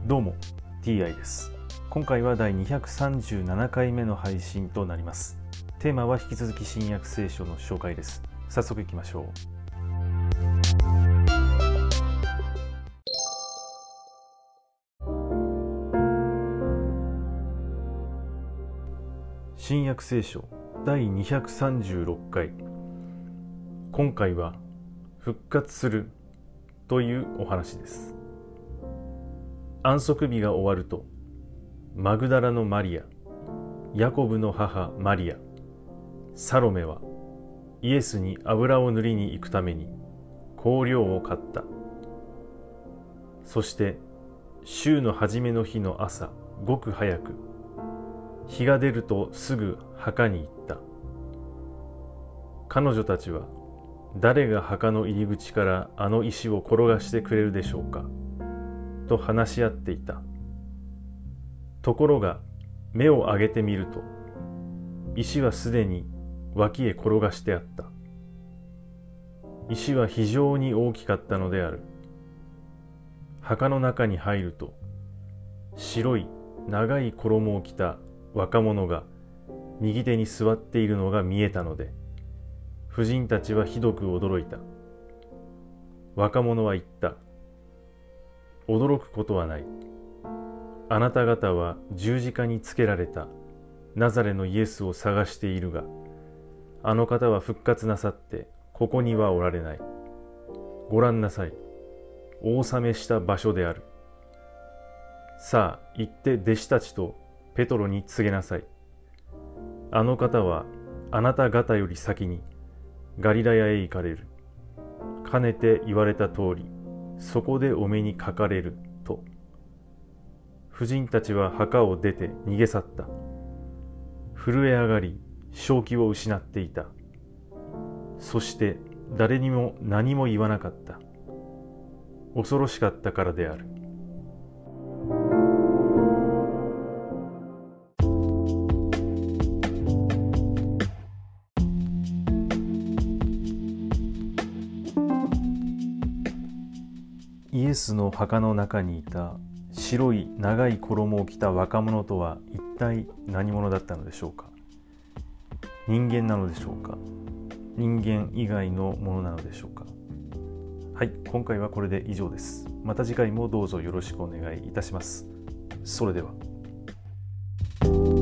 どうも TI です。今回は第237回目の配信となります。テーマは引き続き新約聖書の紹介です。早速いきましょう。新約聖書第236回。今回は復活するというお話です。安息日が終わると、マグダラのマリア、ヤコブの母マリア、サロメはイエスに油を塗りに行くために香料を買った。そして週の初めの日の朝、ごく早く、日が出るとすぐ墓に行った。彼女たちは、誰が墓の入り口からあの石を転がしてくれるでしょうかと話し合っていた。ところが目を上げてみると、石はすでに脇へ転がしてあった。石は非常に大きかったのである。墓の中に入ると、白い長い衣を着た若者が右手に座っているのが見えたので、婦人たちはひどく驚いた。若者は言った。驚くことはない。あなた方は十字架につけられたナザレのイエスを探しているが、あの方は復活なさってここにはおられない。ご覧なさい。お納めした場所である。さあ行って弟子たちとペトロに告げなさい。あの方はあなた方より先にガリラヤへ行かれる。かねて言われた通り、そこでお目にかかれると。婦人たちは墓を出て逃げ去った。震え上がり、正気を失っていた。そして誰にも何も言わなかった。恐ろしかったからである。イエスの墓の中にいた白い長い衣を着た若者とは一体何者だったのでしょうか。人間なのでしょうか。人間以外のものなのでしょうか。はい、今回はこれで以上です。また次回もどうぞよろしくお願いいたします。それでは。